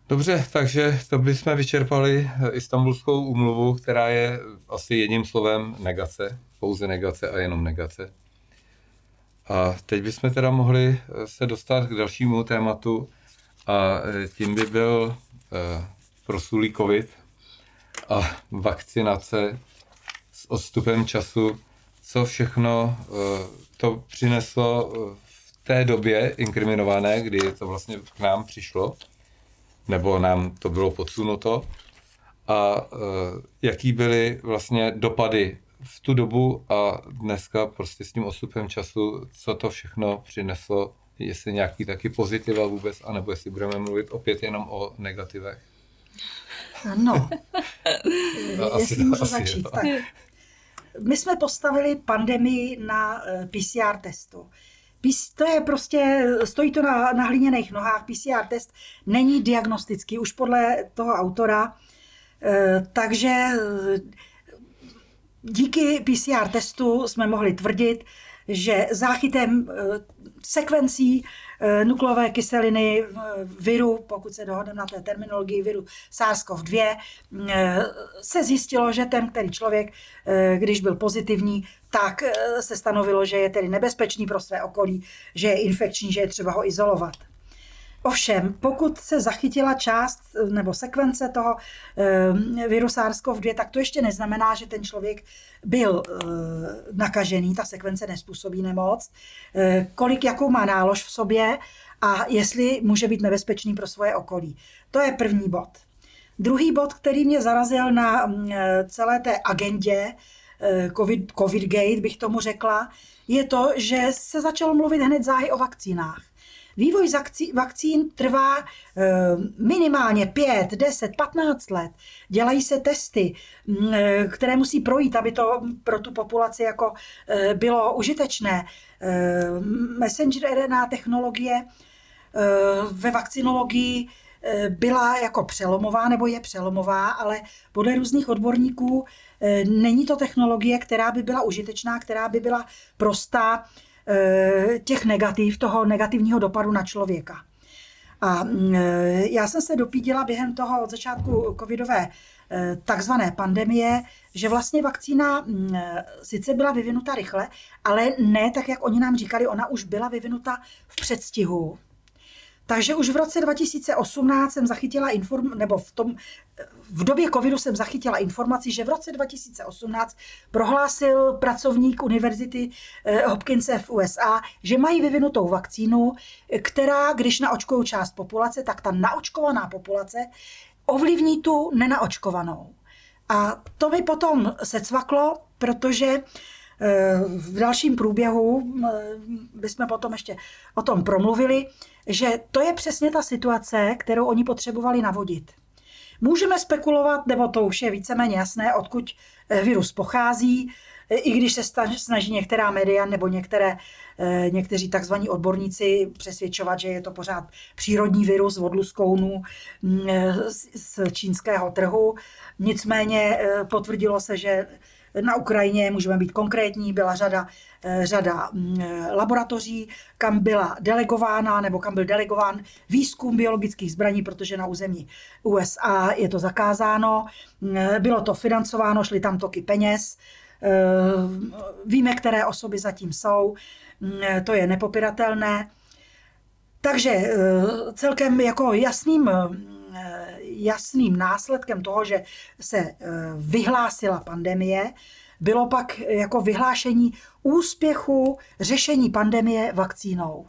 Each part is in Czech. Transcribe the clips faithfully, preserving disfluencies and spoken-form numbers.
Dobře, takže to bychom vyčerpali Istanbulskou úmluvu, která je asi jedním slovem negace, pouze negace a jenom negace. A teď bychom teda mohli se dostat k dalšímu tématu a tím by byl proslulý covid a vakcinace s odstupem času, co všechno to přineslo v té době inkriminované, kdy to vlastně k nám přišlo, nebo nám to bylo podsunuto, a jaký byly vlastně dopady v tu dobu a dneska prostě s tím odstupem času, co to všechno přineslo, jestli nějaký taky pozitiva vůbec, anebo jestli budeme mluvit opět jenom o negativech. No, jestli můžu začít. Tak. My jsme postavili pandemii na P C R testu. To je prostě, stojí to na, na hliněných nohách, P C R test není diagnostický, už podle toho autora, takže díky P C R testu jsme mohli tvrdit, že záchytem sekvencí nukleové kyseliny viru, pokud se dohodneme na té terminologii viru SARS-CoV dva, se zjistilo, že ten, který člověk, když byl pozitivní, tak se stanovilo, že je tedy nebezpečný pro své okolí, že je infekční, že je třeba ho izolovat. Ovšem, pokud se zachytila část nebo sekvence toho e, viru SARS-CoV dva, tak to ještě neznamená, že ten člověk byl e, nakažený, ta sekvence nezpůsobí nemoc, e, kolik jakou má nálož v sobě a jestli může být nebezpečný pro svoje okolí. To je první bod. Druhý bod, který mě zarazil na e, celé té agendě, e, COVID, COVIDgate bych tomu řekla, je to, že se začalo mluvit hned záhy o vakcínách. Vývoj vakcín trvá minimálně pět, deset, patnáct let. Dělají se testy, které musí projít, aby to pro tu populaci jako bylo užitečné. Messenger R N A technologie ve vakcinologii byla jako přelomová nebo je přelomová, ale podle různých odborníků není to technologie, která by byla užitečná, která by byla prostá, těch negativ, toho negativního dopadu na člověka. A já jsem se dopídila během toho od začátku covidové takzvané pandemie, že vlastně vakcína sice byla vyvinuta rychle, ale ne tak, jak oni nám říkali, ona už byla vyvinuta v předstihu. Takže už v roce dva tisíce osmnáct jsem zachytila inform, nebo v, tom, v době covidu jsem zachytila informaci, že v roce dva tisíce osmnáct prohlásil pracovník univerzity Hopkinse v U S A, že mají vyvinutou vakcínu, která, když naočkují část populace, tak ta naočkovaná populace ovlivní tu nenaočkovanou. A to mi potom secvaklo, protože v dalším průběhu bychom potom ještě o tom promluvili, že to je přesně ta situace, kterou oni potřebovali navodit. Můžeme spekulovat, nebo to už je víceméně jasné, odkud virus pochází, i když se snaží některá média nebo některé, někteří takzvaní odborníci přesvědčovat, že je to pořád přírodní virus od luskounů z čínského trhu. Nicméně potvrdilo se, že na Ukrajině, můžeme být konkrétní, byla řada, řada laboratoří, kam byla delegována nebo kam byl delegován výzkum biologických zbraní, protože na území U S A je to zakázáno. Bylo to financováno, šly tam toky peněz. Víme, které osoby zatím jsou, to je nepopiratelné. Takže celkem jako jasným jasným následkem toho, že se vyhlásila pandemie, bylo pak jako vyhlášení úspěchu řešení pandemie vakcínou.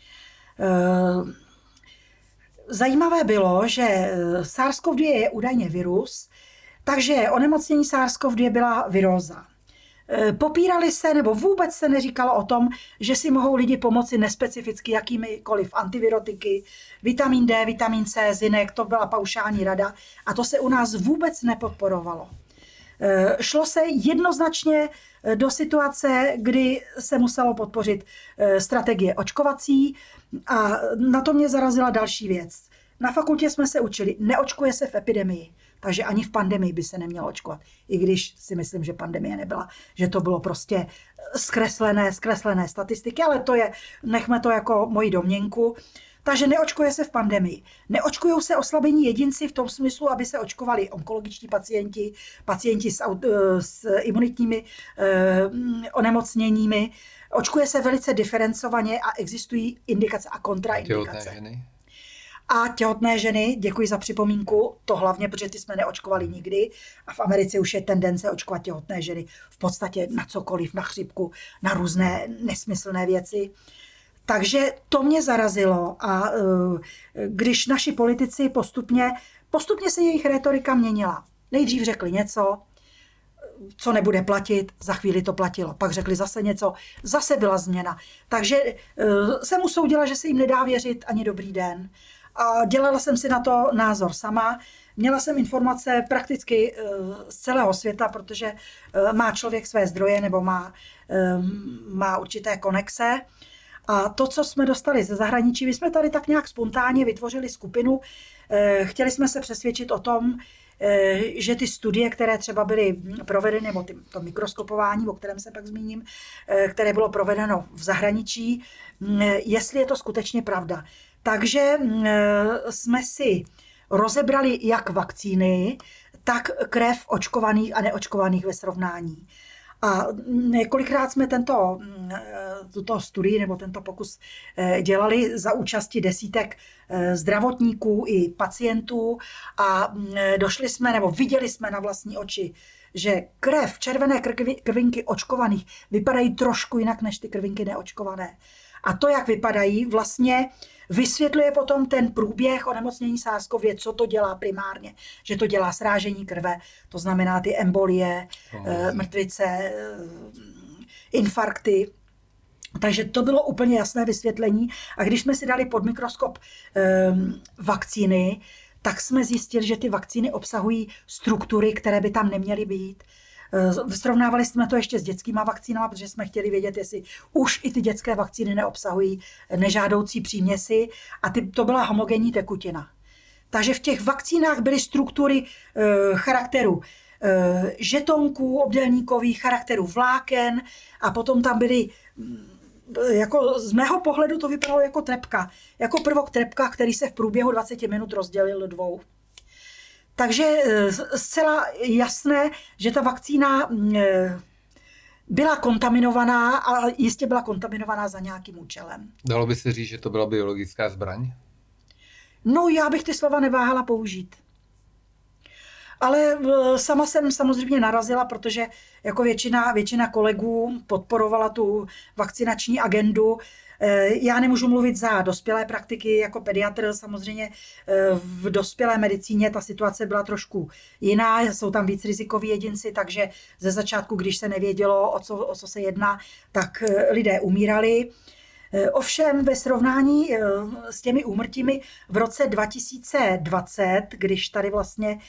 Zajímavé bylo, že SARS-CoV dva je údajně virus, takže onemocnění SARS-CoV dva byla viróza. Popírali se, nebo vůbec se neříkalo o tom, že si mohou lidi pomoci nespecificky jakýmikoliv antivirotiky, vitamin D, vitamin C, zinek, to byla paušální rada a to se u nás vůbec nepodporovalo. Šlo se jednoznačně do situace, kdy se muselo podpořit strategie očkovací a na to mě zarazila další věc. Na fakultě jsme se učili, neočkuje se v epidemii. Takže ani v pandemii by se nemělo očkovat. I když si myslím, že pandemie nebyla, že to bylo prostě zkreslené, zkreslené statistiky, ale to je, nechme to jako moji domněnku. Takže neočkuje se v pandemii. Neočkují se oslabení jedinci v tom smyslu, aby se očkovali onkologičtí pacienti, pacienti s, s imunitními eh, onemocněními. Očkuje se velice diferencovaně a existují indikace a kontraindikace. Těhotné ženy? A těhotné ženy, děkuji za připomínku, to hlavně, protože ty jsme neočkovali nikdy a v Americe už je tendence očkovat těhotné ženy v podstatě na cokoliv, na chřipku, na různé nesmyslné věci. Takže to mě zarazilo a když naši politici postupně, postupně se jejich retorika měnila. Nejdřív řekli něco, co nebude platit, za chvíli to platilo. Pak řekli zase něco, zase byla změna. Takže jsem usoudila, že se jim nedá věřit ani dobrý den. A dělala jsem si na to názor sama. Měla jsem informace prakticky z celého světa, protože má člověk své zdroje nebo má, má určité konexe. A to, co jsme dostali ze zahraničí, my jsme tady tak nějak spontánně vytvořili skupinu. Chtěli jsme se přesvědčit o tom, že ty studie, které třeba byly provedeny, nebo to mikroskopování, o kterém se pak zmíním, které bylo provedeno v zahraničí, jestli je to skutečně pravda. Takže jsme si rozebrali jak vakcíny, tak krev očkovaných a neočkovaných ve srovnání. A několikrát jsme tento, tuto studii nebo tento pokus dělali za účasti desítek zdravotníků i pacientů a došli jsme, nebo viděli jsme na vlastní oči, že krev, červené krvinky očkovaných vypadají trošku jinak než ty krvinky neočkované. A to, jak vypadají, vlastně vysvětluje potom ten průběh onemocnění sárkově, co to dělá primárně. Že to dělá srážení krve, to znamená ty embolie, oh, mrtvice, infarkty. Takže to bylo úplně jasné vysvětlení. A když jsme si dali pod mikroskop um, vakcíny, tak jsme zjistili, že ty vakcíny obsahují struktury, které by tam neměly být. Srovnávali jsme to ještě s dětskýma vakcínama, protože jsme chtěli vědět, jestli už i ty dětské vakcíny neobsahují nežádoucí příměsi a ty, to byla homogenní tekutina. Takže v těch vakcínách byly struktury e, charakteru e, žetonků obdélníkových, charakteru vláken a potom tam byly, jako z mého pohledu to vypadalo jako trepka, jako prvok trepka, který se v průběhu dvacet minut rozdělil do dvou. Takže zcela jasné, že ta vakcína byla kontaminovaná a jistě byla kontaminovaná za nějakým účelem. Dalo by se říct, že to byla biologická zbraň? No, já bych ty slova neváhala použít. Ale sama jsem samozřejmě narazila, protože jako většina, většina kolegů podporovala tu vakcinační agendu. Já nemůžu mluvit za dospělé praktiky, jako pediatr samozřejmě v dospělé medicíně ta situace byla trošku jiná, jsou tam víc rizikoví jedinci, takže ze začátku, když se nevědělo, o co, o co se jedná, tak lidé umírali. Ovšem ve srovnání s těmi úmrtími v roce dva tisíce dvacet, když tady vlastně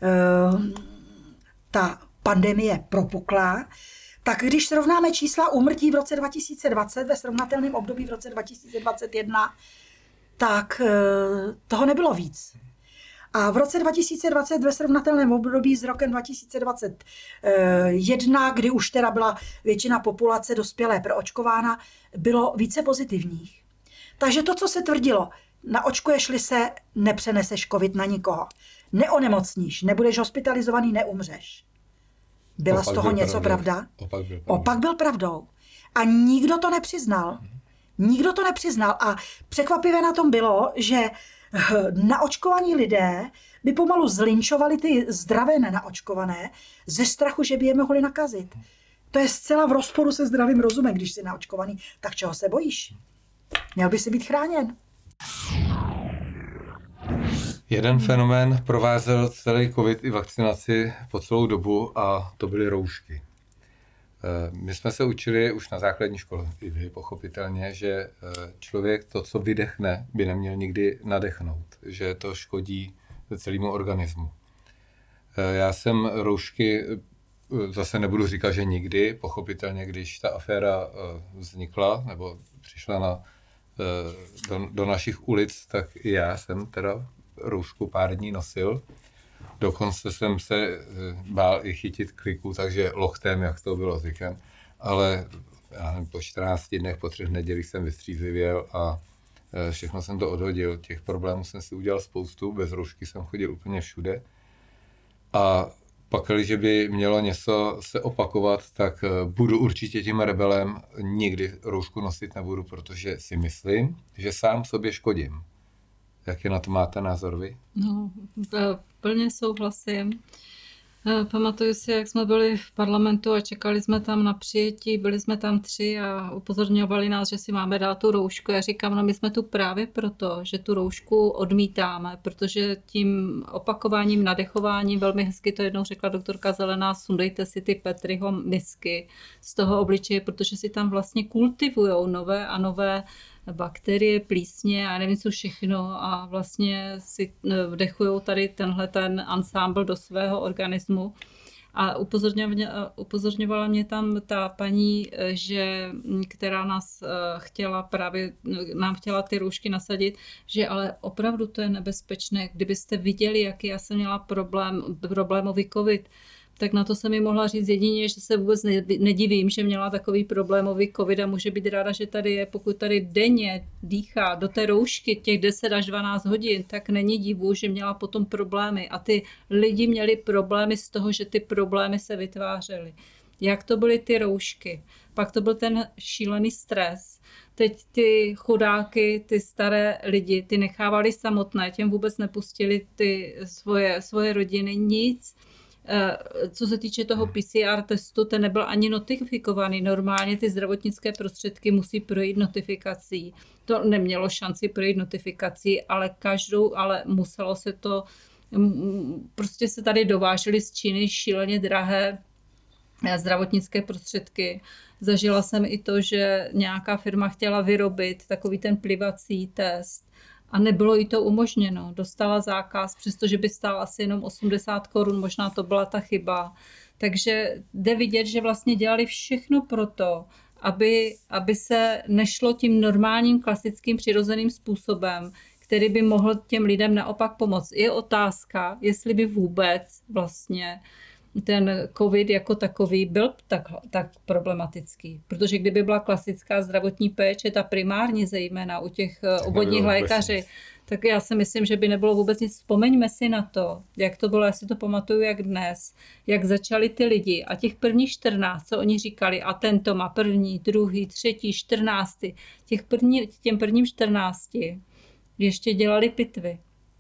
ta pandemie propukla, tak když srovnáme čísla úmrtí v roce dva tisíce dvacet ve srovnatelném období v roce dva tisíce dvacet jedna, tak toho nebylo víc. A v roce dva tisíce dvacet ve srovnatelném období s rokem dva tisíce dvacet jedna, kdy už teda byla většina populace dospělé proočkována, bylo více pozitivních. Takže to, co se tvrdilo, naočkuješ-li se, nepřeneseš covid na nikoho. Neonemocníš, nebudeš hospitalizovaný, neumřeš. Byla Opak z toho něco pravdou. Pravda? Opak byl, pravdou. Opak byl pravdou. A nikdo to nepřiznal. Nikdo to nepřiznal. A překvapivé na tom bylo, že naočkovaní lidé by pomalu zlinčovali ty zdravé nenaočkované ze strachu, že by je mohli nakazit. To je zcela v rozporu se zdravým rozumem, když jsi naočkovaný. Tak čeho se bojíš? Měl by si být chráněn. Jeden fenomén provázel celý covid i vakcinaci po celou dobu a to byly roušky. My jsme se učili už na základní škole, i vy pochopitelně, že člověk to, co vydechne, by neměl nikdy nadechnout, že to škodí celému organismu. Já jsem roušky, zase nebudu říkat, že nikdy, pochopitelně, když ta aféra vznikla nebo přišla na, do, do našich ulic, tak i já jsem teda roušku pár dní nosil. Dokonce jsem se bál i chytit kliku, takže lochtem, jak to bylo zvykem. Ale já nevím, po čtrnácti dnech, po třech nedělích jsem vystřízlivěl a Všechno jsem to odhodil, těch problémů jsem si udělal spoustu, bez roušky jsem chodil úplně všude. A pak, když by mělo něco se opakovat, tak budu určitě tím rebelem, nikdy roušku nosit nebudu, protože si myslím, že sám sobě škodím. Jaký na to máte názor vy? No, plně souhlasím. Pamatuju si, jak jsme byli v parlamentu a čekali jsme tam na přijetí, byli jsme tam tři a upozorňovali nás, že si máme dát tu roušku. Já říkám, no my jsme tu právě proto, že tu roušku odmítáme, protože tím opakováním, nadechováním, velmi hezky to jednou řekla doktorka Zelená, sundejte si ty Petriho misky z toho obličeje, protože si tam vlastně kultivujou nové a nové bakterie, plísně a nevím co všechno a vlastně si vdechují tady tenhle ten ansámbl do svého organismu. A upozorňovala mě tam ta paní, že, která nás chtěla právě, nám chtěla ty roušky nasadit, že ale opravdu to je nebezpečné. Kdybyste viděli, jaký já jsem měla problém, problémový covid, tak na to jsem mi mohla říct jedině, že se vůbec nedivím, že měla takový problémový covid a může být ráda, že tady je. Pokud tady denně dýchá do té roušky těch deset až dvanáct hodin, tak není divu, že měla potom problémy. A ty lidi měli problémy z toho, že ty problémy se vytvářely. Jak to byly ty roušky? Pak to byl ten šílený stres. Teď ty chudáky, ty staré lidi, ty nechávali samotné, těm vůbec nepustili ty svoje, svoje rodiny, nic. Co se týče toho P C R testu, ten nebyl ani notifikovaný. Normálně ty zdravotnické prostředky musí projít notifikací. To nemělo šanci projít notifikací, ale každou, ale muselo se to, prostě se tady dovážely z Číny šíleně drahé zdravotnické prostředky. Zažila jsem i to, že nějaká firma chtěla vyrobit takový ten plivací test, a nebylo jí to umožněno. Dostala zákaz, přestože by stál asi jenom osmdesát korun, možná to byla ta chyba. Takže jde vidět, že vlastně dělali všechno pro to, aby, aby se nešlo tím normálním, klasickým, přirozeným způsobem, který by mohl těm lidem naopak pomoct. Je otázka, jestli by vůbec vlastně ten covid jako takový byl tak, tak problematický. Protože kdyby byla klasická zdravotní péče, ta primární zejména u těch obvodních lékařů, tak já si myslím, že by nebylo vůbec nic. Vzpomeňme si na to, jak to bylo, já si to pamatuju jak dnes, jak začali ty lidi a těch prvních čtrnáct, co oni říkali, a tento má první, druhý, třetí, čtrnáctý, těch první, těm prvním čtrnácti ještě dělali pitvy.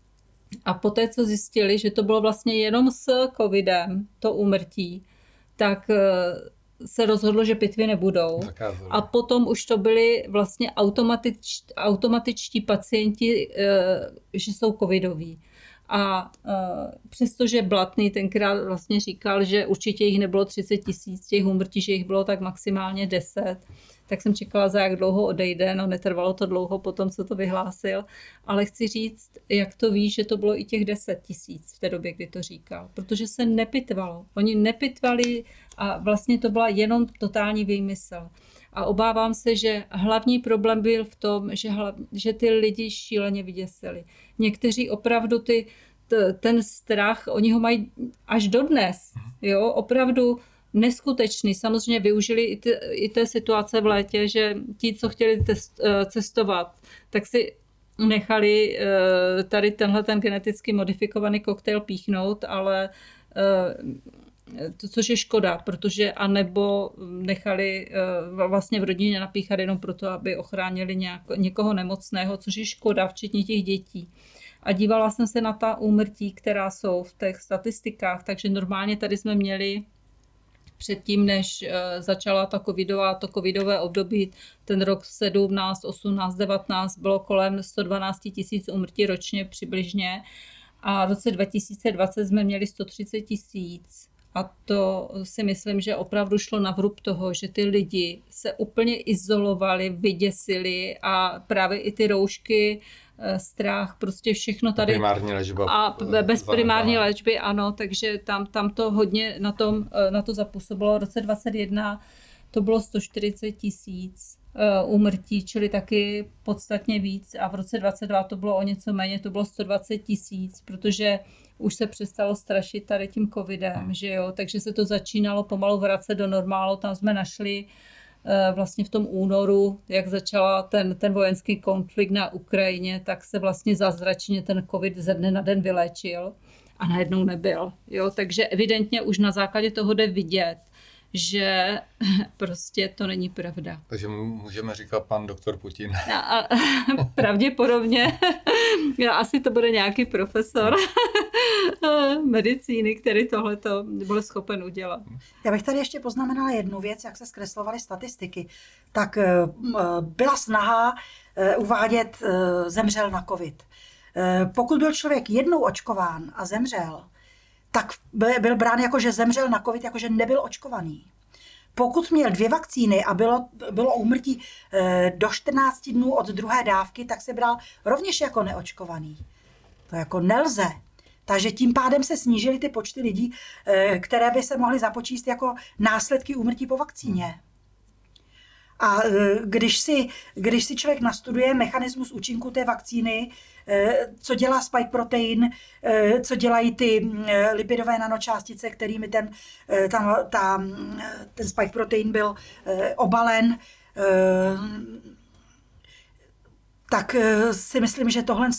A poté, co zjistili, že to bylo vlastně jenom s covidem, to úmrtí, tak se rozhodlo, že pitvy nebudou. Zakázali. A potom už to byli vlastně automatič, automatičtí pacienti, že jsou covidoví. A přestože Blatný tenkrát vlastně říkal, že určitě jich nebylo třicet tisíc těch úmrtí, že jich bylo tak maximálně deset, tak jsem čekala, za jak dlouho odejde, no netrvalo to dlouho po tom, co to vyhlásil, ale chci říct, jak to ví, že to bylo i těch deset tisíc v té době, kdy to říkal, protože se nepitvalo. Oni nepitvali a vlastně to byla jenom totální výmysl. A obávám se, že hlavní problém byl v tom, že, hlav, že ty lidi šíleně vyděsili. Někteří opravdu ty, t, ten strach, oni ho mají až dodnes, jo, opravdu neskutečný. Samozřejmě využili i, ty, i té situace v létě, že ti, co chtěli test, cestovat, tak si nechali tady tenhle ten geneticky modifikovaný koktejl píchnout, ale to, což je škoda, protože anebo nechali vlastně v rodině napíchat jenom proto, aby ochránili nějak, někoho nemocného, což je škoda, včetně těch dětí. A dívala jsem se na ta úmrtí, která jsou v těch statistikách, takže normálně tady jsme měli předtím, než začala ta covidová, to covidové období, ten rok sedmnáct, osmnáct, devatenáct, bylo kolem sto dvanáct tisíc úmrtí ročně přibližně a v roce dva tisíce dvacet jsme měli sto třicet tisíc. A to si myslím, že opravdu šlo na vrub toho, že ty lidi se úplně izolovali, vyděsili a právě i ty roušky, strach, prostě všechno tady. Primární léčba. A bez primární léčby, ano, takže tam, tam to hodně na, tom, na to zapůsobilo. V roce dvacet jedna to bylo sto čtyřicet tisíc úmrtí, čili taky podstatně víc. A v roce dvacet dva to bylo o něco méně, to bylo sto dvacet tisíc, protože už se přestalo strašit tady tím covidem, hmm. že jo, takže se to začínalo pomalu vracet do normálu, tam jsme našli vlastně v tom únoru, jak začala ten, ten vojenský konflikt na Ukrajině, tak se vlastně zázračně ten covid ze dne na den vyléčil a najednou nebyl. Jo? Takže evidentně už na základě toho jde vidět, že prostě to není pravda. Takže můžeme říkat pan doktor Putin. A, a, pravděpodobně asi to bude nějaký profesor medicíny, který tohleto byl schopen udělat. Já bych tady ještě poznamenala jednu věc, jak se zkreslovaly statistiky. Tak byla snaha uvádět zemřel na covid. Pokud byl člověk jednou očkován a zemřel, tak byl brán jako, že zemřel na covid, jako že nebyl očkovaný. Pokud měl dvě vakcíny a bylo, bylo úmrtí do čtrnácti dnů od druhé dávky, tak se bral rovněž jako neočkovaný. To jako nelze. Takže tím pádem se snížily ty počty lidí, které by se mohly započíst jako následky úmrtí po vakcíně. A když si, když si člověk nastuduje mechanismus účinku té vakcíny, co dělá spike protein, co dělají ty lipidové nanočástice, kterými ten, tam, ta, ten spike protein byl obalen, tak si myslím, že tohle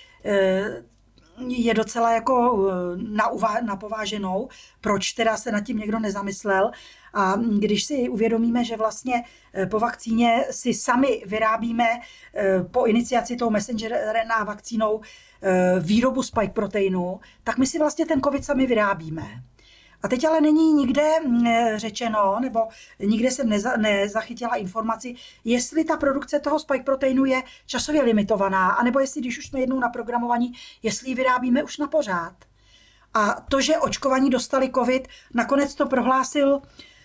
je docela jako na, uvá- na pováženou, proč teda se nad tím někdo nezamyslel. A když si uvědomíme, že vlastně po vakcíně si sami vyrábíme po iniciaci tou messenger R N A vakcínou výrobu spike proteinu, tak my si vlastně ten covid sami vyrábíme. A teď ale není nikde řečeno, nebo nikde jsem neza, nezachytila informaci, jestli ta produkce toho spike proteinu je časově limitovaná, anebo jestli, když už jsme jednou naprogramovaní, jestli ji vyrábíme už na pořád. A to, že očkovaní dostali covid, nakonec to prohlásil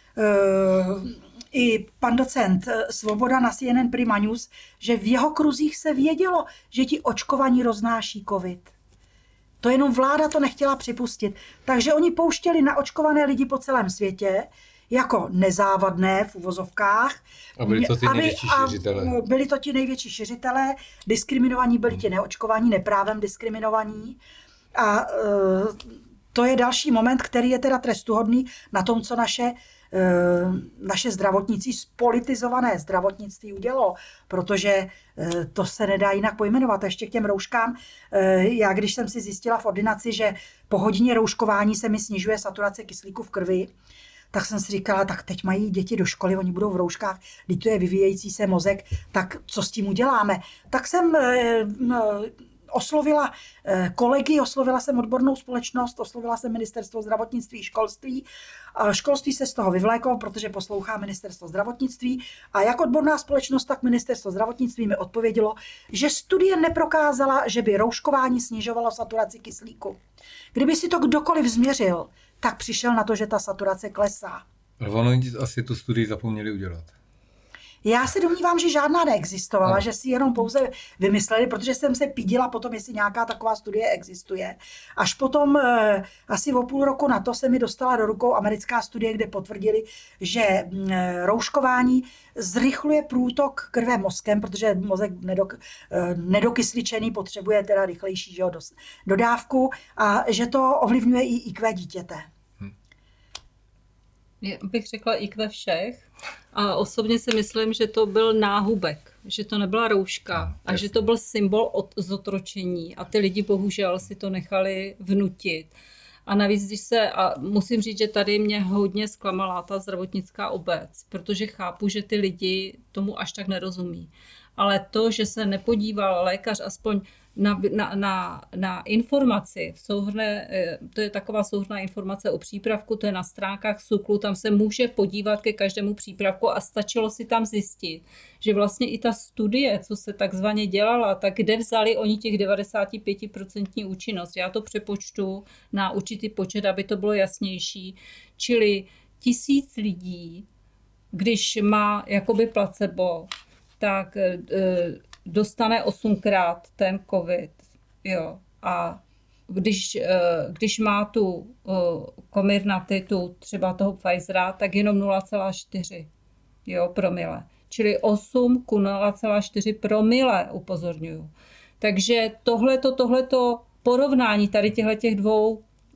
uh, i pan docent Svoboda na C N N Prima News, že v jeho kruzích se vědělo, že ti očkovaní roznáší covid. To jenom vláda to nechtěla připustit. Takže oni pouštěli naočkované lidi po celém světě jako nezávadné v uvozovkách. A byli to ty největší šiřitelé. Byli to ti největší šiřitelé, diskriminovaní byli ti neočkovaní, neprávem diskriminovaní. A e, to je další moment, který je teda trestuhodný na tom, co naše naše zdravotnictví, spolitizované zdravotnictví udělalo, protože to se nedá jinak pojmenovat. A ještě k těm rouškám. Já když jsem si zjistila v ordinaci, že po hodině rouškování se mi snižuje saturace kyslíku v krvi, tak jsem si říkala, tak teď mají děti do školy, oni budou v rouškách, teď to je vyvíjející se mozek, tak co s tím uděláme? Tak jsem oslovila kolegy, oslovila jsem odbornou společnost, oslovila jsem ministerstvo zdravotnictví, školství. A školství se z toho vyvléklo, protože poslouchá ministerstvo zdravotnictví. A jak odborná společnost, tak ministerstvo zdravotnictví mi odpovědělo, že studie neprokázala, že by rouškování snižovalo saturaci kyslíku. Kdyby si to kdokoliv změřil, tak přišel na to, že ta saturace klesá. Ale ono asi tu studii zapomněli udělat. Já se domnívám, že žádná neexistovala, no. Že si jenom pouze vymysleli, protože jsem se pídila potom, jestli nějaká taková studie existuje. Až potom eh, asi o půl roku na to se mi dostala do rukou americká studie, kde potvrdili, že eh, rouškování zrychluje průtok krve mozkem, protože mozek nedok, eh, nedokysličený potřebuje teda rychlejší že jo, dodávku a že to ovlivňuje i í kvé dítěte. Já bych řekla í kvé všech a osobně si myslím, že to byl náhubek, že to nebyla rouška no, a že to byl symbol od zotročení a ty lidi bohužel si to nechali vnutit. A navíc, když se, a musím říct, že tady mě hodně zklamala ta zdravotnická obec, protože chápu, že ty lidi tomu až tak nerozumí. Ale to, že se nepodíval lékař aspoň na, na, na, na informaci, v souhrné, to je taková souhrnná informace o přípravku, to je na stránkách SÚKLu, tam se může podívat ke každému přípravku a stačilo si tam zjistit, že vlastně i ta studie, co se takzvaně dělala, tak kde vzali oni těch devadesát pět procent účinnost. Já to přepočtu na určitý počet, aby to bylo jasnější. Čili tisíc lidí, když má jakoby placebo, tak e, dostane osmkrát ten covid. Jo. A když, e, když má tu e, komirnatitu třeba toho Pfizera, tak jenom nula celá čtyři jo, promile. Čili osm ku nula celá čtyři promile, upozorňuju. Takže tohleto, tohleto porovnání tady těchto dvou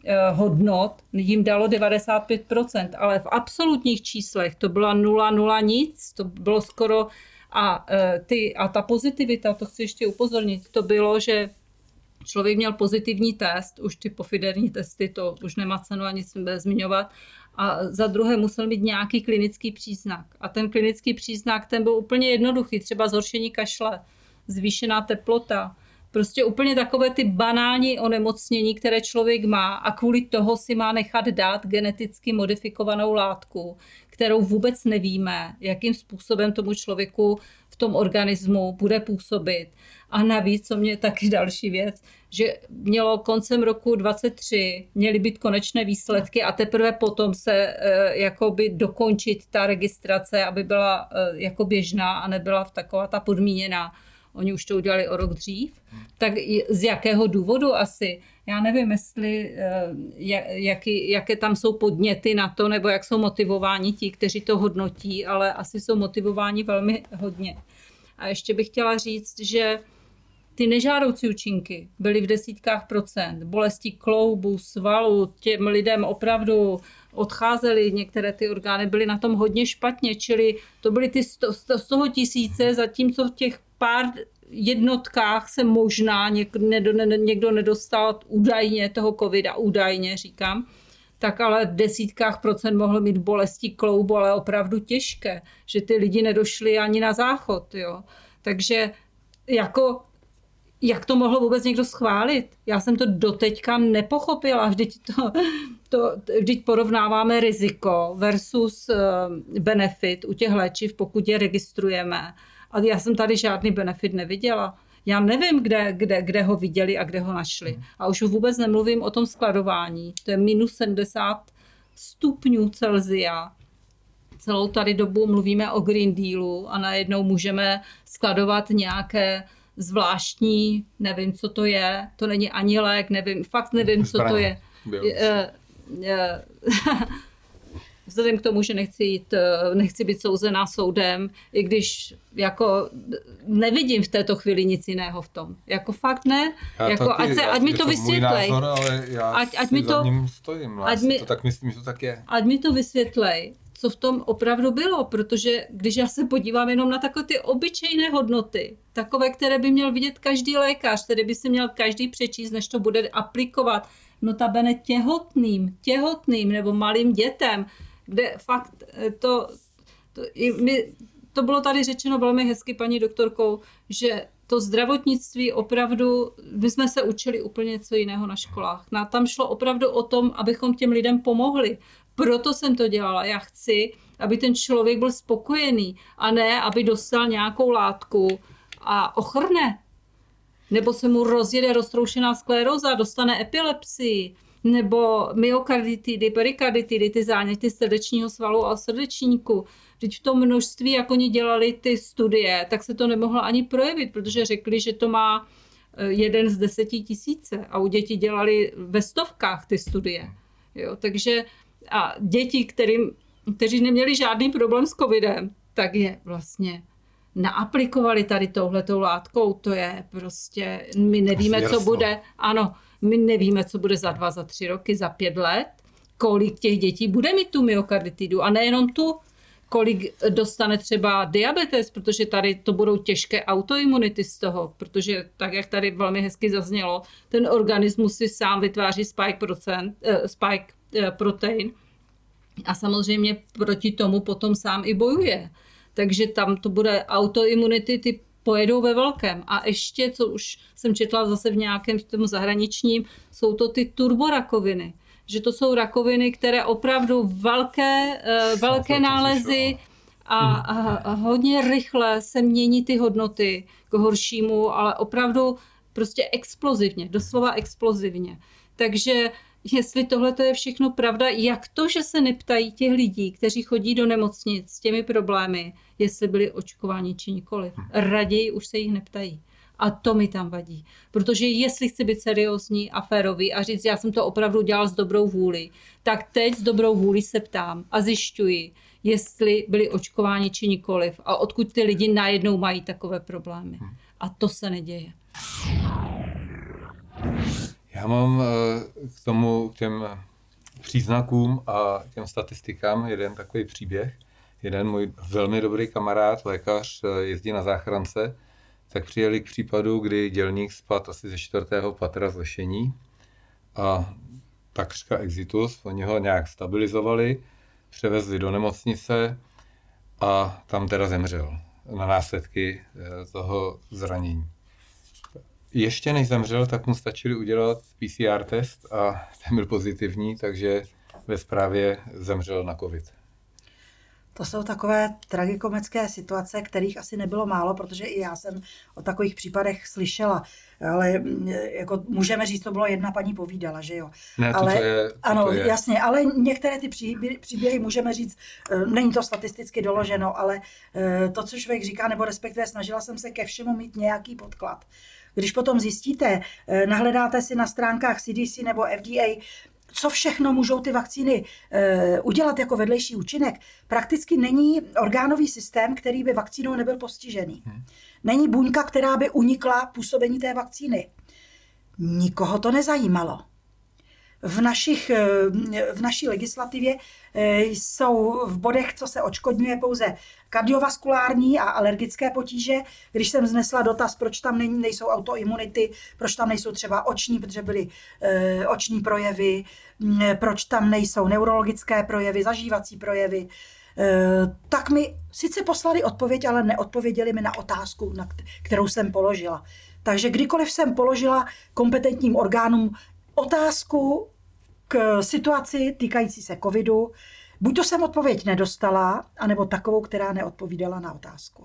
hodnot jim dalo devadesát pět procent, ale v absolutních číslech to byla nula, nula nic, to bylo skoro a, ty, a ta pozitivita, to chci ještě upozornit, to bylo, že člověk měl pozitivní test, už ty pofiderní testy, to už nemá cenu ani zmiňovat, a za druhé musel mít nějaký klinický příznak. A ten klinický příznak, ten byl úplně jednoduchý, třeba zhoršení kašle, zvýšená teplota, prostě úplně takové ty banální onemocnění, které člověk má a kvůli toho si má nechat dát geneticky modifikovanou látku, kterou vůbec nevíme, jakým způsobem tomu člověku v tom organismu bude působit. A navíc, co mě taky další věc, že mělo koncem roku dvacet tři měly být konečné výsledky a teprve potom se e, jakoby dokončit ta registrace, aby byla e, jako běžná a nebyla v taková ta podmíněná. Oni už to udělali o rok dřív. Tak z jakého důvodu asi? Já nevím, jestli, jaký, jaké tam jsou podněty na to, nebo jak jsou motivováni ti, kteří to hodnotí, ale asi jsou motivováni velmi hodně. A ještě bych chtěla říct, že ty nežádoucí účinky byly v desítkách procent. Bolesti kloubů, svalů, těm lidem opravdu odcházely, některé ty orgány byly na tom hodně špatně, čili to byly ty sto, sto, z toho tisíce, zatímco v těch pár jednotkách se možná někdo, někdo nedostal údajně toho covida, údajně říkám, tak ale v desítkách procent mohl mít bolesti kloubu, ale opravdu těžké, že ty lidi nedošli ani na záchod. Jo. Takže jako, jak to mohlo vůbec někdo schválit? Já jsem to doteďka nepochopila. Vždyť, to, to, vždyť porovnáváme riziko versus benefit u těch léčiv, pokud je registrujeme. A já jsem tady žádný benefit neviděla. Já nevím, kde, kde, kde ho viděli a kde ho našli. A už vůbec nemluvím o tom skladování. To je minus sedmdesát stupňů Celsia. Celou tady dobu mluvíme o Green Dealu a najednou můžeme skladovat nějaké zvláštní, nevím, co to je. To není ani lék, nevím, fakt nevím, co to je. Vzhledem k tomu, že nechci, jít, nechci být souzená soudem, i když jako nevidím v této chvíli nic jiného v tom. Jako fakt ne. Jako, taky, ať, se, ať mi to vysvětlej. Názor, ale já ať, ať mi to, za ním stojím. Ať mi, to tak myslím, že to tak je. Ať mi to vysvětlej, co v tom opravdu bylo, protože když já se podívám jenom na takové ty obyčejné hodnoty, takové, které by měl vidět každý lékař, které by si měl každý přečíst, než to bude aplikovat, notabene těhotným, těhotným nebo malým dětem, kde fakt to, to, my, to bylo tady řečeno velmi hezky paní doktorkou, že to zdravotnictví opravdu, my jsme se učili úplně něco jiného na školách. No, tam šlo opravdu o tom, abychom těm lidem pomohli. Proto jsem to dělala. Já chci, aby ten člověk byl spokojený a ne, aby dostal nějakou látku a ochrne. Nebo se mu rozjede roztroušená skleróza, dostane epilepsii, nebo myokarditidy, perikarditidy, ty záněty srdečního svalu a srdečníku. Teď v tom množství, jak oni dělali ty studie, tak se to nemohlo ani projevit, protože řekli, že to má jeden z deseti tisíce a u dětí dělali ve stovkách ty studie. Jo, takže a děti, kterým, kteří neměli žádný problém s covidem, tak je vlastně naaplikovali tady touhletou látkou. To je prostě, my nevíme, co bude. Ano, my nevíme, co bude za dva, za tři roky, za pět let, kolik těch dětí bude mít tu myokarditidu a nejenom tu, kolik dostane třeba diabetes, protože tady to budou těžké autoimunity z toho, protože tak, jak tady velmi hezky zaznělo, ten organismus si sám vytváří spike, procent, eh, spike eh, protein a samozřejmě proti tomu potom sám i bojuje. Takže tam to bude autoimunity, ty pojedou ve velkém. A ještě, co už jsem četla zase v nějakém tomu zahraničním, jsou to ty turborakoviny. Že to jsou rakoviny, které opravdu velké, velké nálezy a, a, a hodně rychle se mění ty hodnoty k horšímu, ale opravdu prostě explozivně, doslova explozivně. Takže jestli tohle je všechno pravda, jak to, že se neptají těch lidí, kteří chodí do nemocnic s těmi problémy, jestli byli očkováni či nikoli. Raději už se jich neptají. A to mi tam vadí. Protože jestli chci být seriózní a férový a říct, já jsem to opravdu dělal s dobrou vůli, tak teď s dobrou vůli se ptám a zjišťuji, jestli byli očkováni či nikoliv a odkud ty lidi najednou mají takové problémy. A to se neděje. Já Já mám k tomu, k těm příznakům a těm statistikám jeden takový příběh. Jeden můj velmi dobrý kamarád, lékař, jezdí na záchrance, tak přijeli k případu, kdy dělník spadl asi ze čtvrtého patra z lešení a takřka exitus. Oni ho nějak stabilizovali, převezli do nemocnice a tam teda zemřel na následky toho zranění. Ještě než zemřel, tak mu stačili udělat P C R test a ten byl pozitivní, takže ve zprávě zemřel na covid. To jsou takové tragikomické situace, kterých asi nebylo málo, protože i já jsem o takových případech slyšela. Ale jako můžeme říct, to bylo jedna paní povídala, že jo. Ne, ale, to je, to ano, to je. jasně, ale některé ty příběhy, příběhy můžeme říct, není to statisticky doloženo, ale to, co člověk říká, nebo respektive snažila jsem se ke všemu mít nějaký podklad. Když potom zjistíte, nahledáte si na stránkách C D C nebo F D A, co všechno můžou ty vakcíny e, udělat jako vedlejší účinek, prakticky není orgánový systém, který by vakcínou nebyl postižený. Hmm. Není buňka, která by unikla působení té vakcíny. Nikoho to nezajímalo. V, našich, v naší legislativě jsou v bodech, co se odškodňuje, pouze kardiovaskulární a alergické potíže. Když jsem vznesla dotaz, proč tam nejsou autoimunity, proč tam nejsou třeba oční, protože byly oční projevy, proč tam nejsou neurologické projevy, zažívací projevy, tak mi sice poslali odpověď, ale neodpověděli mi na otázku, na kterou jsem položila. Takže kdykoliv jsem položila kompetentním orgánům otázku k situaci týkající se covidu, buď to jsem odpověď nedostala, anebo takovou, která neodpovídala na otázku.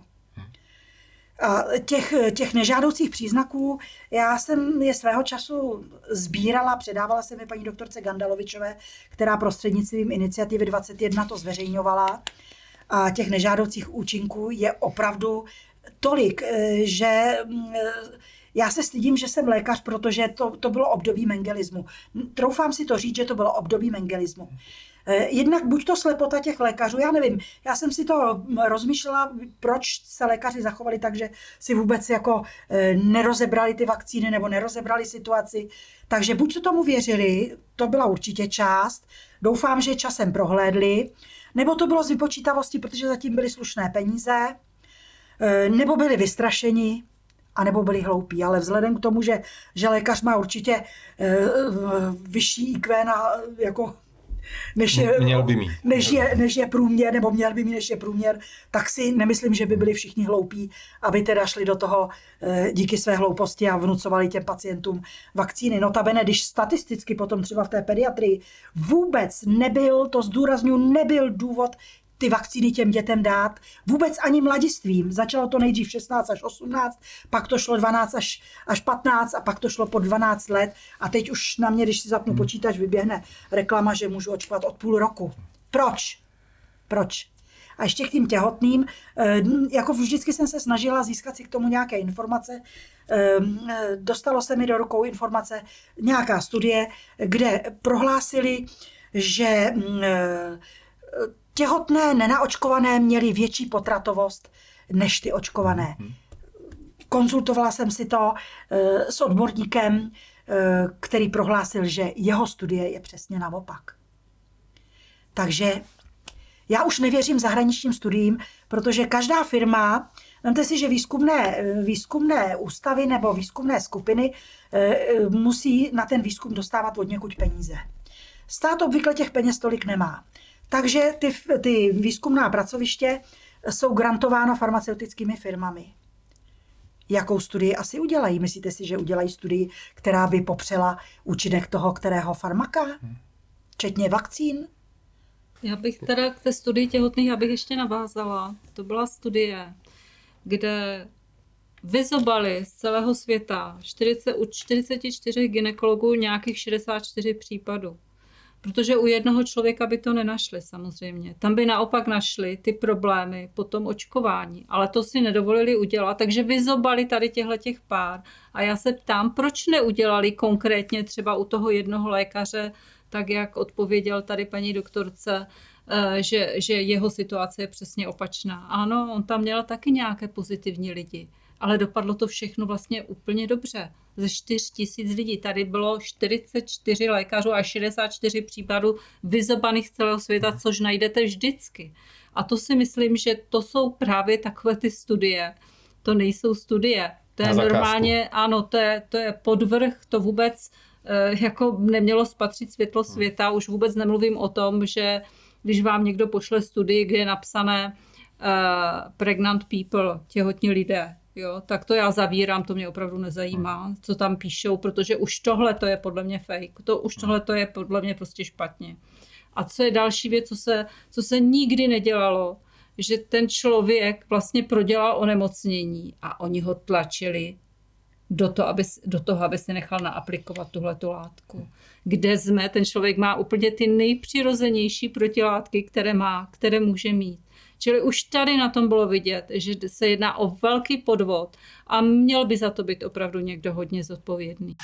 A těch, těch nežádoucích příznaků, já jsem je svého času sbírala, předávala jsem je paní doktorce Gandalovičové, která prostřednictvím iniciativy dvacet jedna to zveřejňovala. A těch nežádoucích účinků je opravdu tolik, že já se stydím, že jsem lékař, protože to, to bylo období mengelismu. Troufám si to říct, že to bylo období mengelismu. Jednak buď to slepota těch lékařů, já nevím, já jsem si to rozmýšlela, proč se lékaři zachovali tak, že si vůbec jako nerozebrali ty vakcíny nebo nerozebrali situaci. Takže buď to tomu věřili, to byla určitě část, doufám, že časem prohlédli, nebo to bylo z vypočítavosti, protože zatím byly slušné peníze, nebo byli vystrašeni, a nebo byli hloupí, ale vzhledem k tomu, že, že lékař má určitě uh, vyšší I Q na, jako, než, je, měl by mít. Než, je, než je průměr, nebo měl by mít, než je průměr, tak si nemyslím, že by byli všichni hloupí, aby teda šli do toho uh, díky své hlouposti a vnucovali těm pacientům vakcíny. Notabene, když statisticky potom třeba v té pediatrii vůbec nebyl, to zdůrazňuji, nebyl důvod ty vakcíny těm dětem dát, vůbec ani mladistvím. Začalo to nejdřív šestnáct až osmnáct, pak to šlo dvanáct až patnáct a pak to šlo po dvanáct let a teď už na mě, když si zapnu počítač, vyběhne reklama, že můžu očkovat od půl roku. Proč? Proč? A ještě k tím těhotným, jako vždycky jsem se snažila získat si k tomu nějaké informace. Dostalo se mi do rukou informace, nějaká studie, kde prohlásili, že těhotné nenaočkované měly větší potratovost než ty očkované. Konzultovala jsem si to s odborníkem, který prohlásil, že jeho studie je přesně naopak. Takže já už nevěřím zahraničním studiím, protože každá firma, vemte si, že výzkumné, výzkumné ústavy nebo výzkumné skupiny musí na ten výzkum dostávat od někud peníze. Stát obvykle těch peněz tolik nemá. Takže ty, ty výzkumná pracoviště jsou grantována farmaceutickými firmami. Jakou studii asi udělají? Myslíte si, že udělají studii, která by popřela účinek toho, kterého farmaka? Včetně vakcín? Já bych teda k té studii těhotných, abych ještě navázala. To byla studie, kde vyzobali z celého světa čtyřicet, u čtyřicet čtyři gynekologů nějakých šedesát čtyři případů. Protože u jednoho člověka by to nenašli samozřejmě. Tam by naopak našli ty problémy po tom očkování. Ale to si nedovolili udělat, takže vyzobali tady těchto pár. A já se ptám, proč neudělali konkrétně třeba u toho jednoho lékaře, tak jak odpověděl tady paní doktorce, že, že jeho situace je přesně opačná. Ano, on tam měl taky nějaké pozitivní lidi, ale dopadlo to všechno vlastně úplně dobře. Ze čtyř tisíc lidí tady bylo čtyřicet čtyři lékařů a šedesát čtyři případů vyzobaných z celého světa, což najdete vždycky. A to si myslím, že to jsou právě takové ty studie. To nejsou studie. To je normálně, ano, to je, to je podvrh, to vůbec eh, jako nemělo spatřit světlo světa. Už vůbec nemluvím o tom, že když vám někdo pošle studii, kde je napsané uh, pregnant people, těhotní lidé, jo, tak to já zavírám, to mě opravdu nezajímá, co tam píšou, protože už tohle to je podle mě fake, to už tohle to je podle mě prostě špatně. A co je další věc, co se, co se nikdy nedělalo, že ten člověk vlastně prodělal onemocnění a oni ho tlačili do toho, aby, do toho, aby si nechal naaplikovat tuhletu látku. Kde jsme, ten člověk má úplně ty nejpřirozenější protilátky, které má, které může mít. Čili už tady na tom bylo vidět, že se jedná o velký podvod a měl by za to být opravdu někdo hodně zodpovědný.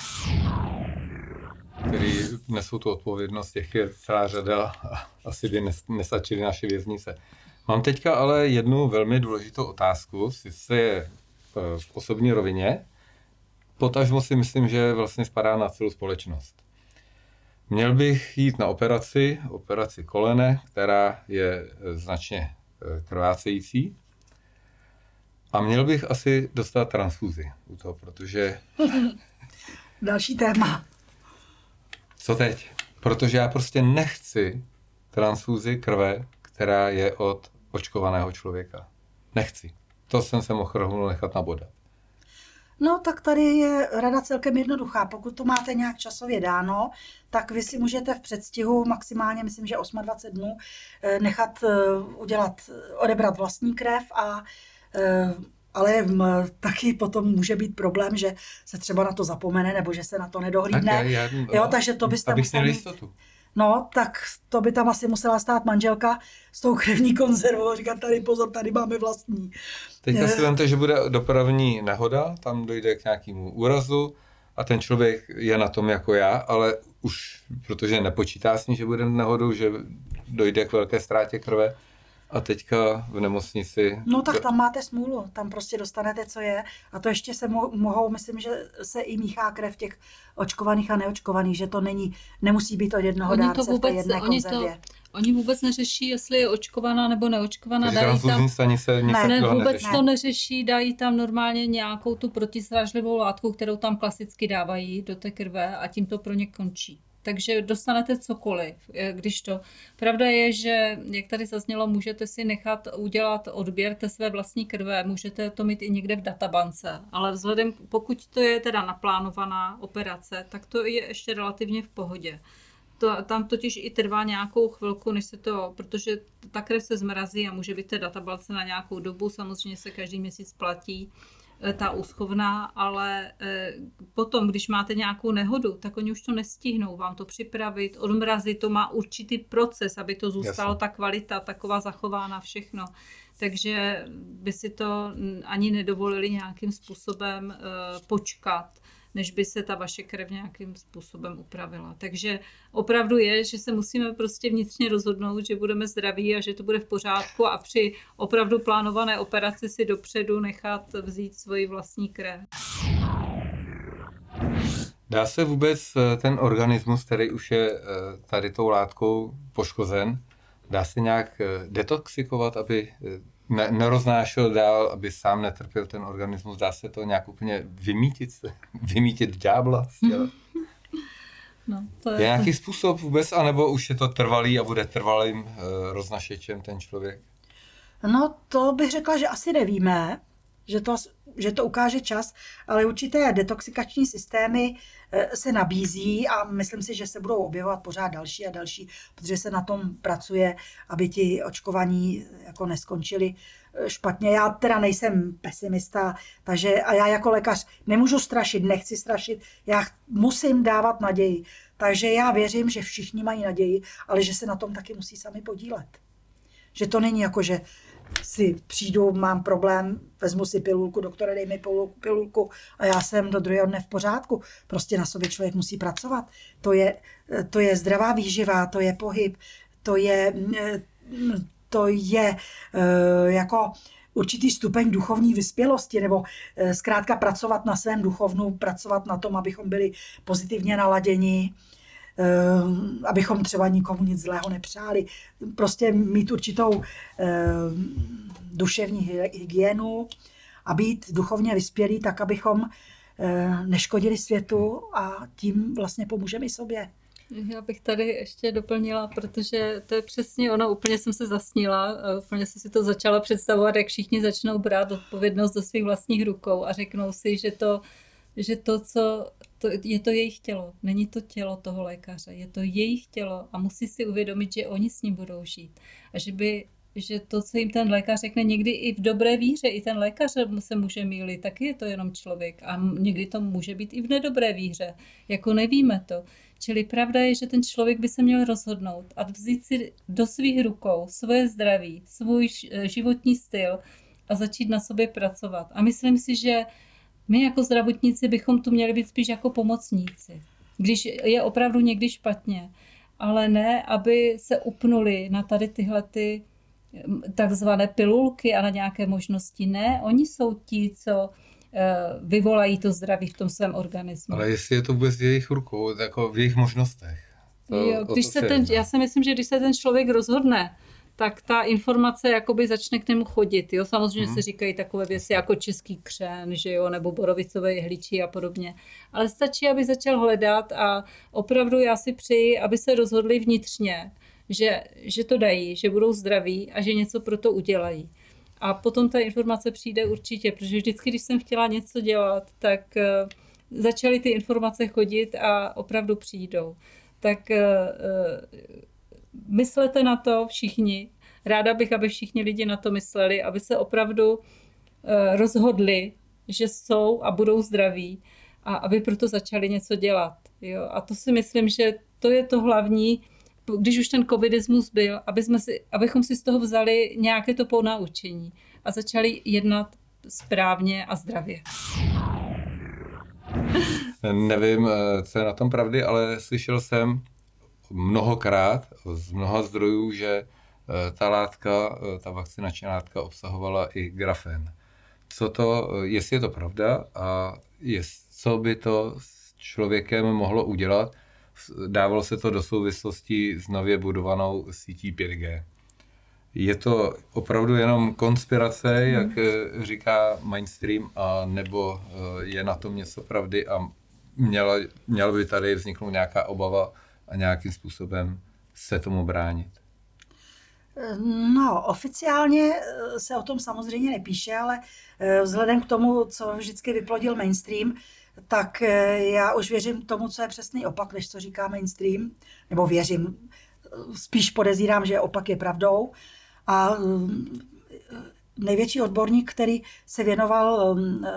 Který nesou tu odpovědnost, těch je celá řada a asi by nesačili naše věznice. Mám teďka ale jednu velmi důležitou otázku, sice je v osobní rovině, potažmo si myslím, že vlastně spadá na celou společnost. Měl bych jít na operaci, operaci kolene, která je značně krvácející, a měl bych asi dostat transfuzi u toho, protože... Další téma. Co teď? Protože já prostě nechci transfuzi krve, která je od očkovaného člověka. Nechci. To jsem se mohl rovnou nechat nabodat. No, tak tady je rada celkem jednoduchá. Pokud to máte nějak časově dáno, tak vy si můžete v předstihu maximálně, myslím, že dvacet osm dnů, nechat udělat, odebrat vlastní krev, a, ale taky potom může být problém, že se třeba na to zapomene, nebo že se na to nedohlídne. Tak já, jo, takže to byste abych musel měl jistotu. No, tak to by tam asi musela stát manželka s tou krevní konzervou a říkat, tady pozor, tady máme vlastní. Teďka si vemte, že bude dopravní nehoda, tam dojde k nějakému úrazu a ten člověk je na tom jako já, ale už, protože nepočítá s ní, že bude nehodou, že dojde k velké ztrátě krve, a teďka v nemocnici... No tak tam máte smůlu, tam prostě dostanete, co je, a to ještě se mo- mohou, myslím, že se i míchá krev těch očkovaných a neočkovaných, že to není, nemusí být od jednoho oni dárce to vůbec, v té jedné oni konzervě. To, oni vůbec neřeší, jestli je očkovaná nebo neočkovaná. Takže transfuzní stanice nic ne, Ne, takového vůbec neřeší. to neřeší, dají tam normálně nějakou tu protisrážlivou látku, kterou tam klasicky dávají do té krve, a tím to pro ně končí. Takže dostanete cokoliv, když to... Pravda je, že, jak tady zaznělo, můžete si nechat udělat odběr té své vlastní krve, můžete to mít i někde v databance, ale vzhledem, pokud to je teda naplánovaná operace, tak to je ještě relativně v pohodě. To, tam totiž i trvá nějakou chvilku, než se to, protože ta krev se zmrazí a může být té databance na nějakou dobu, samozřejmě se každý měsíc platí ta úschovná, ale e, potom, když máte nějakou nehodu, tak oni už to nestihnou vám to připravit, odmrazit, to má určitý proces, aby to zůstalo Jasně. ta kvalita taková zachována, všechno. Takže by si to ani nedovolili nějakým způsobem e, počkat, než by se ta vaše krev nějakým způsobem upravila. Takže opravdu je, že se musíme prostě vnitřně rozhodnout, že budeme zdraví a že to bude v pořádku, a při opravdu plánované operaci si dopředu nechat vzít svoji vlastní krev. Dá se vůbec ten organismus, který už je tady tou látkou poškozen, dá se nějak detoxikovat, aby ne, neroznášel dál, aby sám netrpěl ten organismus? Dá se to nějak úplně vymítit, vymítit ďábla z těla? No, to je... je nějaký způsob vůbec, anebo už je to trvalý a bude trvalým uh, roznašečem ten člověk? No, to bych řekla, že asi nevíme, že to, že to ukáže čas, ale určité detoxikační systémy se nabízí a myslím si, že se budou objevovat pořád další a další, protože se na tom pracuje, aby ti očkovaní jako neskončili špatně. Já teda nejsem pesimista, takže a já jako lékař nemůžu strašit, nechci strašit, já musím dávat naději. Takže já věřím, že všichni mají naději, ale že se na tom taky musí sami podílet. Že to není jako, že si přijdu, mám problém, vezmu si pilulku, doktore, dej mi pilulku a já jsem do druhého dne v pořádku. Prostě na sobě člověk musí pracovat. To je, to je zdravá výživa, to je pohyb, to je to je jako určitý stupeň duchovní vyspělosti, nebo zkrátka pracovat na svém duchovnu, pracovat na tom, abychom byli pozitivně naladěni, abychom třeba nikomu nic zlého nepřáli. Prostě mít určitou duševní hygienu a být duchovně vyspělí tak, abychom neškodili světu a tím vlastně pomůžeme i sobě. Já bych tady ještě doplnila, protože to je přesně ono, úplně jsem se zasnila, úplně jsem si to začala představovat, jak všichni začnou brát odpovědnost do svých vlastních rukou a řeknou si, že to, že to, co to, je to jejich tělo, není to tělo toho lékaře, je to jejich tělo a musí si uvědomit, že oni s ním budou žít a že by že to, co jim ten lékař řekne, někdy i v dobré víře, i ten lékař se může mýlit, taky je to jenom člověk a někdy to může být i v nedobré víře, jako nevíme to. Čili pravda je, že ten člověk by se měl rozhodnout a vzít si do svých rukou svoje zdraví, svůj životní styl a začít na sobě pracovat. A myslím si, že my jako zdravotníci bychom tu měli být spíš jako pomocníci, když je opravdu někdy špatně, ale ne, aby se upnuli na tady tyhle ty takzvané pilulky a na nějaké možnosti. Ne, oni jsou ti, co vyvolají to zdraví v tom svém organismu. Ale jestli je to vůbec v jejich rukou, jako v jejich možnostech. To, jo, když se ten, já si myslím, že když se ten člověk rozhodne, tak ta informace jakoby začne k němu chodit. Jo? Samozřejmě hmm. se říkají takové věci jako český křen, že jo? Nebo borovicové jehličí a podobně. Ale stačí, aby začal hledat a opravdu já si přeji, aby se rozhodli vnitřně, že, že to dají, že budou zdraví a že něco pro to udělají. A potom ta informace přijde určitě, protože vždycky, když jsem chtěla něco dělat, tak uh, začaly ty informace chodit a opravdu přijdou. Tak uh, myslete na to všichni. Ráda bych, aby všichni lidi na to mysleli, aby se opravdu uh, rozhodli, že jsou a budou zdraví a aby proto začali něco dělat. Jo? A to si myslím, že to je to hlavní, když už ten covidismus byl, aby jsme si, abychom si z toho vzali nějaké to ponaučení a začali jednat správně a zdravě. Nevím, co je na tom pravdy, ale slyšel jsem mnohokrát z mnoha zdrojů, že ta látka, ta vakcinační látka obsahovala i grafen. Co to, jestli je to pravda a jest, co by to s člověkem mohlo udělat, dávalo se to do souvislosti s nově budovanou sítí pět G. Je to opravdu jenom konspirace, jak říká mainstream, a nebo je na tom něco pravdy a měla, měla by tady vzniknout nějaká obava a nějakým způsobem se tomu bránit? No, oficiálně se o tom samozřejmě nepíše, ale vzhledem k tomu, co vždycky vyplodil mainstream, tak já už věřím tomu, co je přesný opak, než co říká mainstream, nebo věřím, spíš podezírám, že opak je pravdou. A největší odborník, který se věnoval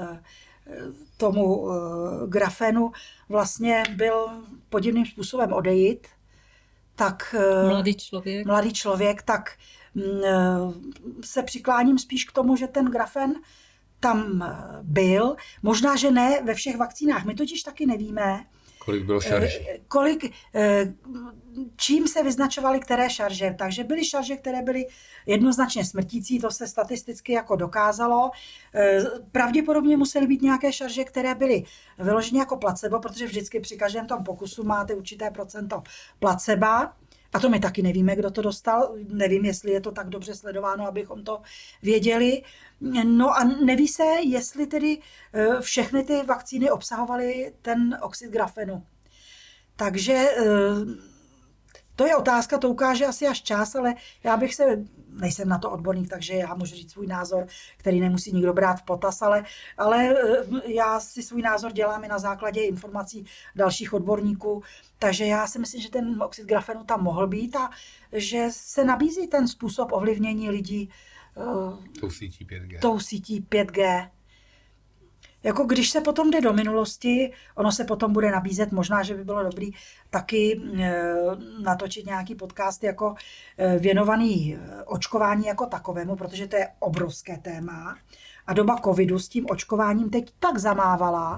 tomu grafenu, vlastně byl podivným způsobem odejít, tak mladý člověk. mladý člověk, tak se přikláním spíš k tomu, že ten grafen tam byl. Možná, že ne ve všech vakcínách. My totiž taky nevíme, kolik bylo šarží. Kolik, čím se vyznačovaly které šarže. Takže byly šarže, které byly jednoznačně smrtící, to se statisticky jako dokázalo. Pravděpodobně musely být nějaké šarže, které byly vyloženě jako placebo, protože vždycky při každém tom pokusu máte určité procento placeba. A to my taky nevíme, kdo to dostal. Nevím, jestli je to tak dobře sledováno, abychom to věděli. No a neví se, jestli tedy všechny ty vakcíny obsahovaly ten oxid grafenu. Takže to je otázka, to ukáže asi až čas, ale já bych se, nejsem na to odborník, takže já můžu říct svůj názor, který nemusí nikdo brát v potaz, ale, ale já si svůj názor dělám i na základě informací dalších odborníků, takže já si myslím, že ten oxid grafenu tam mohl být a že se nabízí ten způsob ovlivnění lidí tou sítí pět G. Tou sítí pět G. Jako když se potom jde do minulosti, ono se potom bude nabízet, možná, že by bylo dobrý taky natočit nějaký podcast jako věnovaný očkování jako takovému, protože to je obrovské téma. A doba covidu s tím očkováním teď tak zamávala,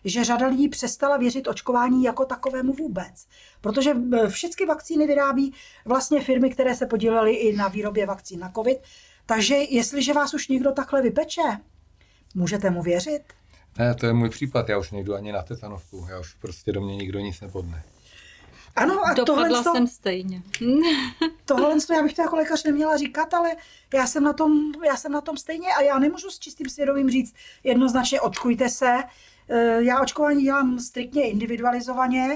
že řada lidí přestala věřit očkování jako takovému vůbec. Protože všechny vakcíny vyrábí vlastně firmy, které se podílely i na výrobě vakcín na covid. Takže jestliže vás už někdo takhle vypeče, můžete mu věřit? Ne, to je můj případ, já už nejdu ani na tetanovku, já už prostě do mě nikdo nic nepodne. Ano, a Dopadla tohle jsem stejně. Tohle já bych to jako lékař neměla říkat, ale já jsem, na tom, já jsem na tom stejně a já nemůžu s čistým svědomím říct jednoznačně očkujte se. Já očkování dělám striktně individualizovaně,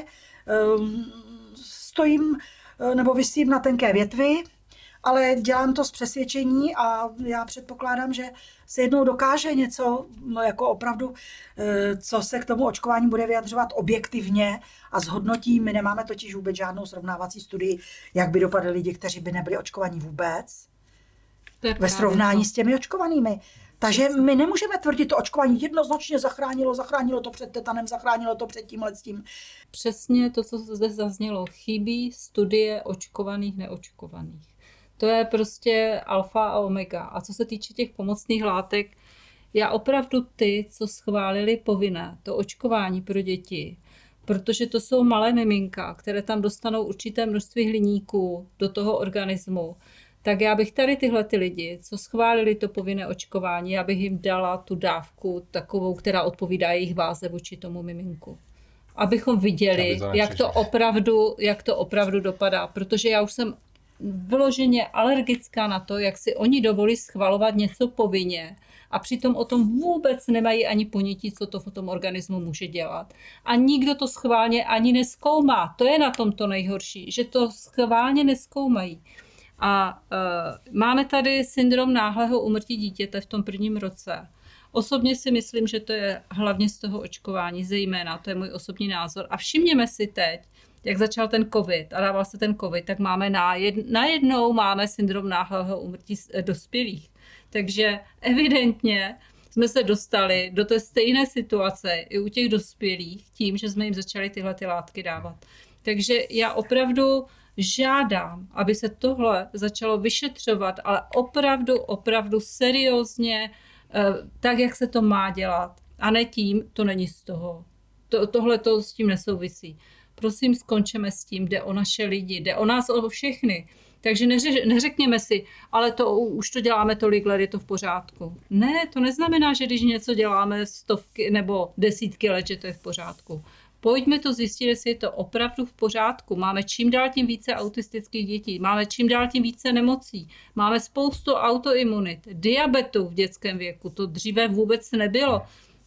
stojím nebo visím na tenké větvi, ale dělám to z přesvědčení a já předpokládám, že se jednou dokáže něco, no jako opravdu, co se k tomu očkování bude vyjadřovat objektivně a zhodnotí. My nemáme totiž vůbec žádnou srovnávací studii, jak by dopadli lidi, kteří by nebyli očkovaní vůbec, ve srovnání to s těmi očkovanými. Takže my nemůžeme tvrdit, to očkování jednoznačně zachránilo, zachránilo to před tetanem, zachránilo to před tímhle s tím. Přesně to, co zde zaznělo, chybí studie očkovaných, neočkovaných. To je prostě alfa a omega. A co se týče těch pomocných látek, já opravdu ty, co schválili povinné, to očkování pro děti, protože to jsou malé miminka, které tam dostanou určité množství hliníků do toho organismu, tak já bych tady tyhle ty lidi, co schválili to povinné očkování, já bych jim dala tu dávku takovou, která odpovídá jejich váze vůči tomu miminku. Abychom viděli, to jak, to opravdu, jak to opravdu dopadá, protože já už jsem vyloženě alergická na to, jak si oni dovolí schvalovat něco povinně a přitom o tom vůbec nemají ani ponětí, co to v tom organismu může dělat. A nikdo to schválně ani nezkoumá. To je na tom to nejhorší, že to schválně nezkoumají. A uh, máme tady syndrom náhlého úmrtí dítěte v tom prvním roce. Osobně si myslím, že to je hlavně z toho očkování, zejména, to je můj osobní názor. A všimněme si teď, jak začal ten covid a dával se ten covid, tak máme najednou máme syndrom náhlého úmrtí dospělých. Takže evidentně jsme se dostali do té stejné situace i u těch dospělých tím, že jsme jim začali tyhle ty látky dávat. Takže já opravdu žádám, aby se tohle začalo vyšetřovat, ale opravdu, opravdu seriózně, tak, jak se to má dělat. A ne tím, to není z toho. To, tohle to s tím nesouvisí. Prosím, skončeme s tím, jde o naše lidi, jde o nás, o všechny. Takže neře, neřekněme si, ale to už to děláme tolik let, je to v pořádku. Ne, to neznamená, že když něco děláme stovky nebo desítky let, že to je v pořádku. Pojďme to zjistit, jestli je to opravdu v pořádku. Máme čím dál tím více autistických dětí, máme čím dál tím více nemocí, máme spoustu autoimunit, diabetu v dětském věku, to dříve vůbec nebylo.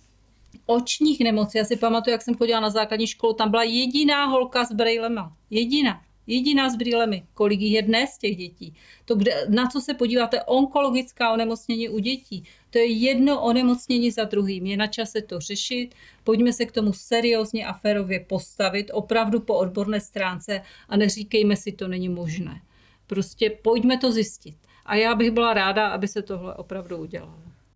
Očních nemocí, já si pamatuju, jak jsem chodila na základní školu, tam byla jediná holka s brejlema. Jediná. Jediná s brýlemi. Kolik je dnes těch dětí? To, kde, na co se podíváte, onkologická onemocnění u dětí. To je jedno onemocnění za druhým. Je na čase to řešit. Pojďme se k tomu seriózně a férově postavit, opravdu po odborné stránce a neříkejme si, to není možné. Prostě pojďme to zjistit. A já bych byla ráda, aby se tohle opravdu udělalo.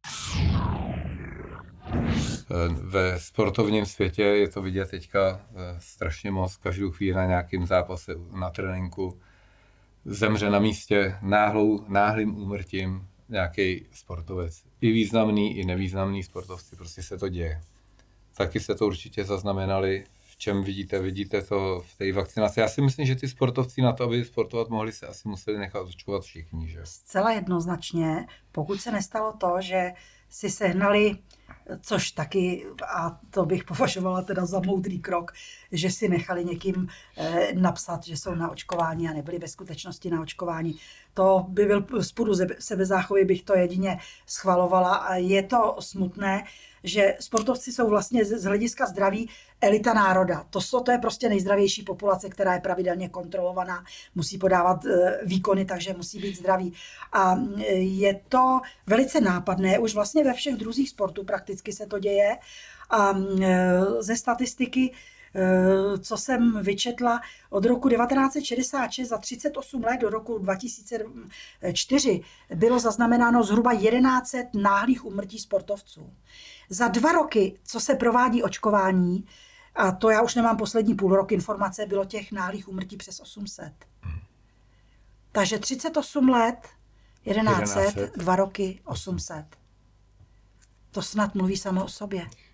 Ve sportovním světě je to vidět teďka strašně moc, každou chvíli na nějakém zápase, na tréninku zemře na místě náhlou, náhlým úmrtím nějaký sportovec. I významný, i nevýznamný sportovci, prostě se to děje. Taky se to určitě zaznamenali, v čem vidíte, vidíte to v té vakcinaci. Já si myslím, že ty sportovci na to, aby sportovat mohli, se asi museli nechat očkovat všichni. Že? Zcela jednoznačně, pokud se nestalo to, že si sehnali, což taky, a to bych považovala teda za moudrý krok, že si nechali někým eh, napsat, že jsou na očkování a nebyli ve skutečnosti na očkování. To by byl z půdu sebezáchovy, bych to jedině schvalovala a je to smutné, že sportovci jsou vlastně z hlediska zdraví elita národa. To, to je prostě nejzdravější populace, která je pravidelně kontrolovaná, musí podávat výkony, takže musí být zdraví. A je to velice nápadné, už vlastně ve všech druzích sportů prakticky se to děje. A ze statistiky, co jsem vyčetla, od roku devatenáct set šedesát šest za třicet osm let do roku dva tisíce čtyři bylo zaznamenáno zhruba jedenáct set náhlých úmrtí sportovců. Za dva roky, co se provádí očkování, a to já už nemám poslední půl rok informace, bylo těch náhlých úmrtí přes osm set. Takže třicet osm let, jedenáct set, dva roky, osm set. To snad mluví samo o sobě.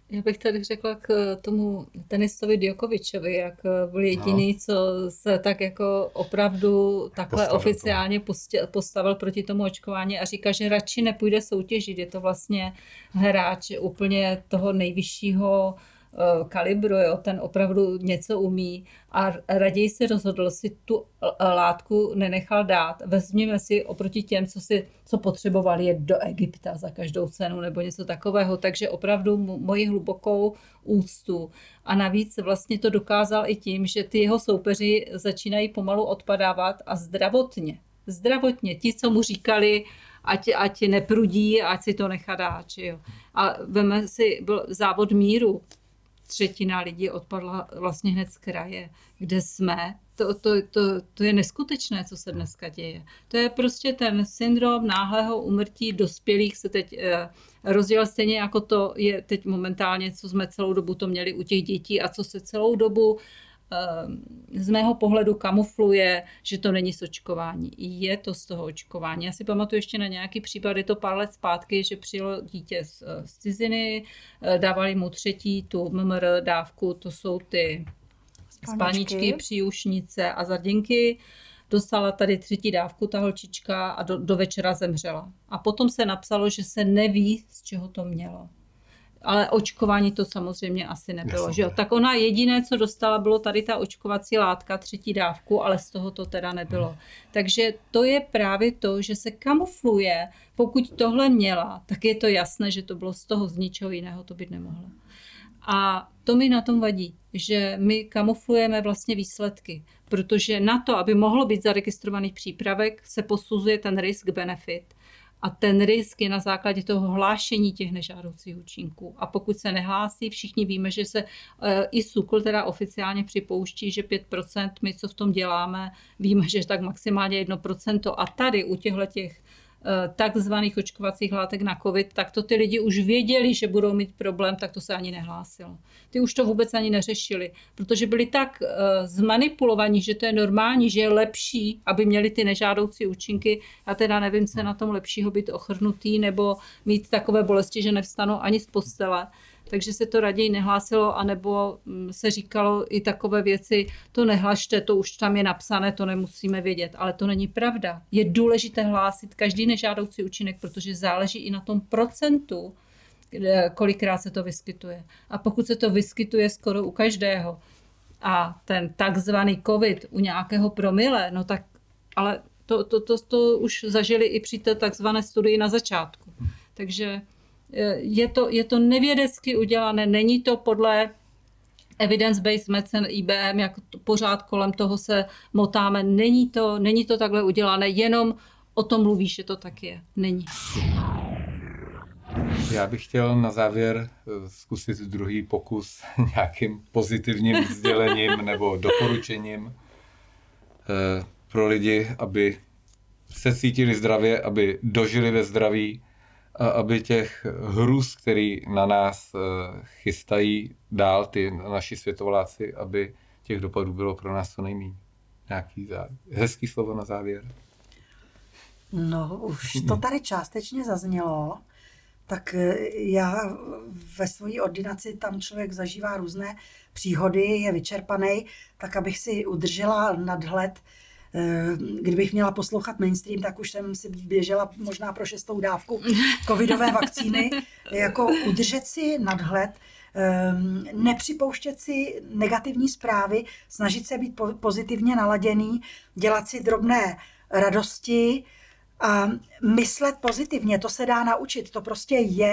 Já bych tady řekla k tomu tenistovi Djokovičovi, jak byl jediný, no. co se tak jako opravdu takhle postavil oficiálně to. postavil proti tomu očkování a říká, že radši nepůjde soutěžit. Je to vlastně hráč úplně toho nejvyššího kalibru, jo, ten opravdu něco umí a raději se rozhodl si tu látku nenechal dát. Vezměme si oproti těm, co, si, co potřebovali jet do Egypta za každou cenu nebo něco takového, takže opravdu moji hlubokou úctu. A navíc vlastně to dokázal i tím, že ty jeho soupeři začínají pomalu odpadávat a zdravotně. Zdravotně. Ti, co mu říkali, ať, ať neprudí, ať si to nechá dát. Jo. A veme si, byl závod míru. Třetina lidí odpadla vlastně hned z kraje, kde jsme. To, to, to, to je neskutečné, co se dneska děje. To je prostě ten syndrom náhlého úmrtí dospělých se teď eh, rozdělil stejně jako to je teď momentálně, co jsme celou dobu to měli u těch dětí a co se celou dobu z mého pohledu kamufluje, že to není z očkování. Je to z toho očkování. Já si pamatuju ještě na nějaký případ, je to pár let zpátky, že přijelo dítě z, z ciziny, dávali mu třetí tu M M R dávku, to jsou ty spalničky, příušnice a zardinky. Dostala tady třetí dávku ta holčička a do, do večera zemřela. A potom se napsalo, že se neví, z čeho to mělo. Ale očkování to samozřejmě asi nebylo. Že jo? Tak ona jediné, co dostala, bylo tady ta očkovací látka, třetí dávku, ale z toho to teda nebylo. Hmm. Takže to je právě to, že se kamufluje. Pokud tohle měla, tak je to jasné, že to bylo z toho, z ničeho jiného to být nemohlo. A to mi na tom vadí, že my kamuflujeme vlastně výsledky, protože na to, aby mohlo být zaregistrovaný přípravek, se posuzuje ten risk-benefit. A ten risk je na základě toho hlášení těch nežádoucích účinků. A pokud se nehlásí, všichni víme, že se e, i SÚKL teda oficiálně připouští, že pět procent my, co v tom děláme, víme, že tak maximálně jedno procento. A tady u těchto těch takzvaných očkovacích látek na covid, tak to ty lidi už věděli, že budou mít problém, tak to se ani nehlásilo. Ty už to vůbec ani neřešili, protože byli tak uh, zmanipulovaní, že to je normální, že je lepší, aby měli ty nežádoucí účinky. Já teda nevím, co je na tom lepšího být ochrnutý nebo mít takové bolesti, že nevstanou ani z postele. Takže se to raději nehlásilo, anebo se říkalo i takové věci, to nehlašte, to už tam je napsané, to nemusíme vědět. Ale to není pravda. Je důležité hlásit každý nežádoucí účinek, protože záleží i na tom procentu, kolikrát se to vyskytuje. A pokud se to vyskytuje skoro u každého a ten takzvaný covid u nějakého promile, no tak, ale to, to, to, to už zažili i při té takzvané studii na začátku. Takže Je to, je to nevědecky udělané, není to podle evidence-based medicine I B M, jak pořád kolem toho se motáme, není to, není to takhle udělané, jenom o tom mluví, že to tak je. Není. Já bych chtěl na závěr zkusit druhý pokus nějakým pozitivním sdělením nebo doporučením pro lidi, aby se cítili zdravě, aby dožili ve zdraví, a aby těch hrůz, který na nás chystají dál, ty naši světovoláci, aby těch dopadů bylo pro nás co nejméně. Nějaký závěr. Hezký slovo na závěr. No, už to tady částečně zaznělo. Tak já ve své ordinaci tam člověk zažívá různé příhody, je vyčerpaný, tak abych si udržela nadhled. Kdybych měla poslouchat mainstream, tak už jsem si běžela možná pro šestou dávku covidové vakcíny. Jako udržet si nadhled, nepřipouštět si negativní zprávy, snažit se být pozitivně naladěný, dělat si drobné radosti a myslet pozitivně. To se dá naučit, to prostě je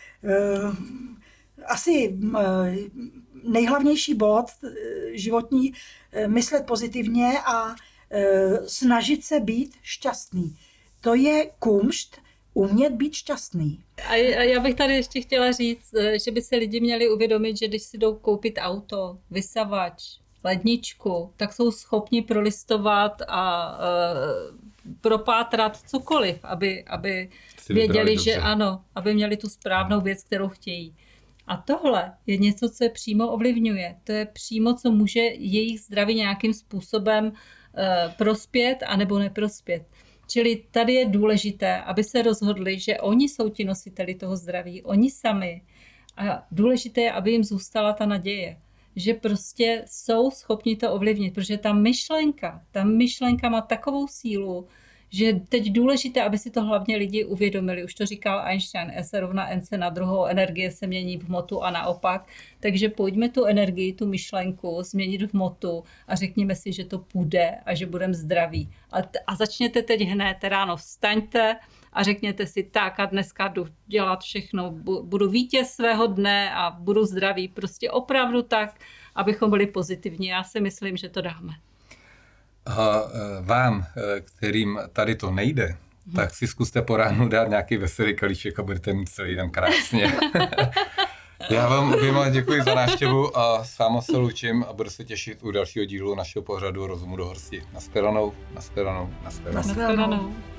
asi nejhlavnější bod životní, myslet pozitivně a snažit se být šťastný. To je kumšt, umět být šťastný. A já bych tady ještě chtěla říct, že by se lidi měli uvědomit, že když si jdou koupit auto, vysavač, ledničku, tak jsou schopni prolistovat a uh, propátrat cokoliv, aby, aby věděli, že ano, aby měli tu správnou věc, kterou chtějí. A tohle je něco, co je přímo ovlivňuje. To je přímo, co může jejich zdraví nějakým způsobem uh, prospět anebo neprospět. Čili tady je důležité, aby se rozhodli, že oni jsou ti nositeli toho zdraví, oni sami. A důležité je, aby jim zůstala ta naděje, že prostě jsou schopni to ovlivnit, protože ta myšlenka, ta myšlenka má takovou sílu, že teď důležité, aby si to hlavně lidi uvědomili. Už to říkal Einstein, S rovná mc na druhou, energie se mění v hmotu a naopak. Takže pojďme tu energii, tu myšlenku změnit v hmotu a řekněme si, že to půjde a že budeme zdraví. A, t- a začněte teď hned, ráno vstaňte a řekněte si tak a dneska jdu dělat všechno, budu vítěz svého dne a budu zdravý. Prostě opravdu tak, abychom byli pozitivní. Já si myslím, že to dáme. A vám, kterým tady to nejde, tak si zkuste po ránu dát nějaký veselý kalíček a budete mít celý den krásně. Já vám oběma děkuji za návštěvu a sám se loučím a budu se těšit u dalšího dílu našeho pořadu Rozumu do hrsti. Naschledanou, naschledanou, naschledanou. Naschledanou.